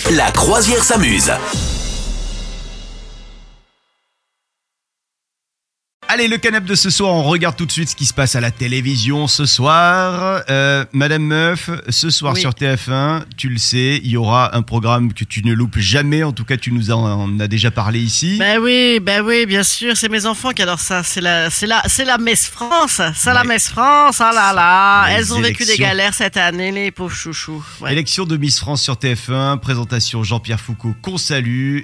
La croisière s'amuse. Allez, le canap' de ce soir, on regarde tout de suite ce qui se passe à la télévision ce soir. Madame Meuf, ce soir sur TF1, tu le sais, il y aura un programme que tu ne loupes jamais. En tout cas, tu nous en as déjà parlé ici. Bah oui, bien sûr, c'est mes enfants qui adorent ça. C'est la Messe France. La Messe France, oh là là. Elles ont vécu des galères cette année, les pauvres chouchous. Ouais. Élection de Miss France sur TF1, présentation Jean-Pierre Foucault qu'on salue.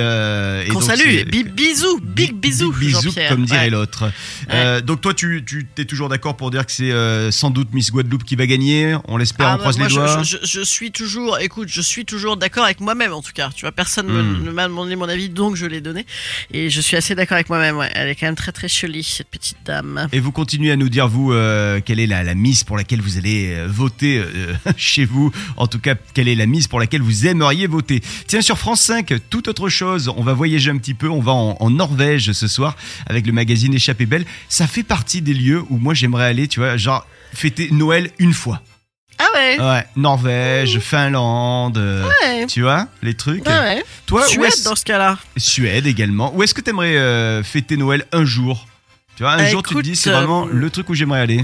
Qu'on salue, big bisous, Jean-Pierre. Comme dirait l'autre. Donc toi, tu t'es toujours d'accord pour dire que c'est sans doute Miss Guadeloupe qui va gagner. On l'espère, on croise les doigts. Je suis toujours d'accord avec moi-même en tout cas. Tu vois, personne ne m'a demandé mon avis, donc je l'ai donné. Et je suis assez d'accord avec moi-même. Ouais. Elle est quand même très très jolie cette petite dame. Et vous continuez à nous dire vous quelle est la Miss pour laquelle vous allez voter chez vous. En tout cas, quelle est la Miss pour laquelle vous aimeriez voter. Tiens, sur France 5, toute autre chose. On va voyager un petit peu. On va en Norvège ce soir avec le magazine Échappée Belle. Ça fait partie des lieux où moi j'aimerais aller, tu vois, genre fêter Noël une fois. Ah ouais. Ouais, Norvège, Finlande, tu vois, les trucs. Ouais. Toi, Suède dans ce cas-là. Suède également. Où est-ce que t'aimerais fêter Noël un jour? Tu vois, un jour tu te dis c'est vraiment le truc où j'aimerais aller.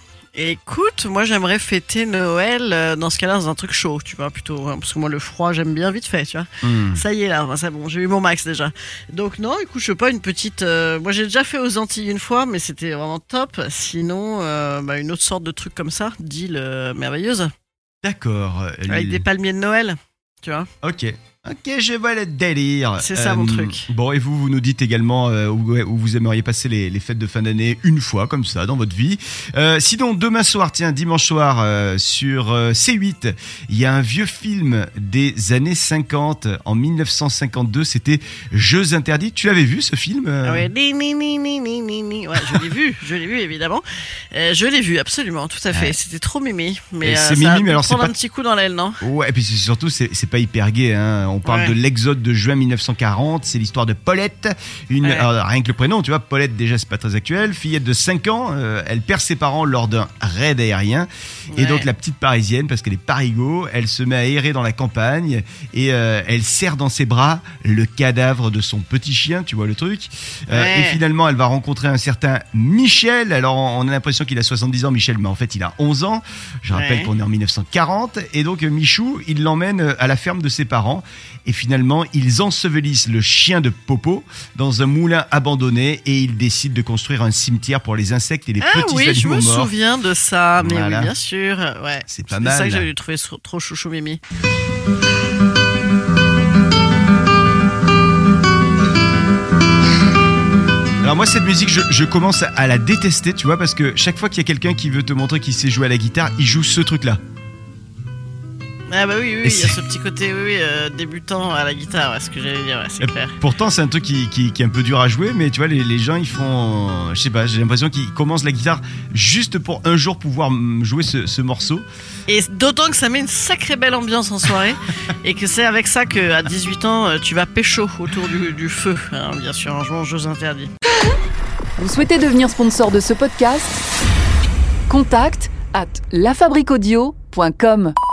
Écoute, moi j'aimerais fêter Noël dans ce cas-là dans un truc chaud, tu vois, plutôt, parce que moi le froid j'aime bien vite fait, tu vois. Ça y est là, c'est bon, j'ai eu mon max déjà. Donc non, écoute, je sais pas, une petite, moi j'ai déjà fait aux Antilles une fois, mais c'était vraiment top. Sinon, une autre sorte de truc comme ça, d'île merveilleuse. D'accord. Avec des palmiers de Noël, tu vois. Ok, je vois le délire. C'est ça mon truc. Bon, et vous nous dites également où vous aimeriez passer les fêtes de fin d'année une fois, comme ça, dans votre vie. Sinon, demain soir, dimanche soir, sur C8, il y a un vieux film des années 50. En 1952, c'était Jeux interdits. Tu l'avais vu, ce film Ouais, ouais, je l'ai vu évidemment. Je l'ai vu, absolument, tout à fait. C'était trop mimi. Mais c'est mimi, mais alors c'est pas un petit coup dans l'aile, non? Ouais, et puis surtout, c'est pas hyper gai, hein. On parle de l'exode de juin 1940, c'est l'histoire de Paulette, alors, rien que le prénom, tu vois, Paulette déjà c'est pas très actuel, fillette de 5 ans, elle perd ses parents lors d'un raid aérien, et donc la petite parisienne, parce qu'elle est parigot, elle se met à errer dans la campagne, et elle serre dans ses bras le cadavre de son petit chien, tu vois le truc, et finalement elle va rencontrer un certain Michel, alors on a l'impression qu'il a 70 ans Michel, mais en fait il a 11 ans, je rappelle qu'on est en 1940, et donc Michou, il l'emmène à la ferme de ses parents, et finalement ils ensevelissent le chien de Popo dans un moulin abandonné et ils décident de construire un cimetière pour les insectes et les petits animaux morts. Je me souviens de ça, mais oui, bien sûr. Ouais. C'est pas mal. C'est ça que j'avais trouvé trop chouchou mimi. Alors moi cette musique je commence à la détester, tu vois, parce que chaque fois qu'il y a quelqu'un qui veut te montrer qu'il sait jouer à la guitare, il joue ce truc là. Ah bah oui, il y a ce petit côté débutant à la guitare, ce que j'allais dire, c'est clair. Pourtant c'est un truc qui est un peu dur à jouer, mais tu vois les gens ils font, je sais pas, j'ai l'impression qu'ils commencent la guitare juste pour un jour pouvoir jouer ce morceau. Et d'autant que ça met une sacrée belle ambiance en soirée, et que c'est avec ça qu'à 18 ans tu vas pécho autour du feu, hein, bien sûr, en jouant aux Jeux interdits. Vous souhaitez devenir sponsor de ce podcast ? Contact @lafabriquaudio.com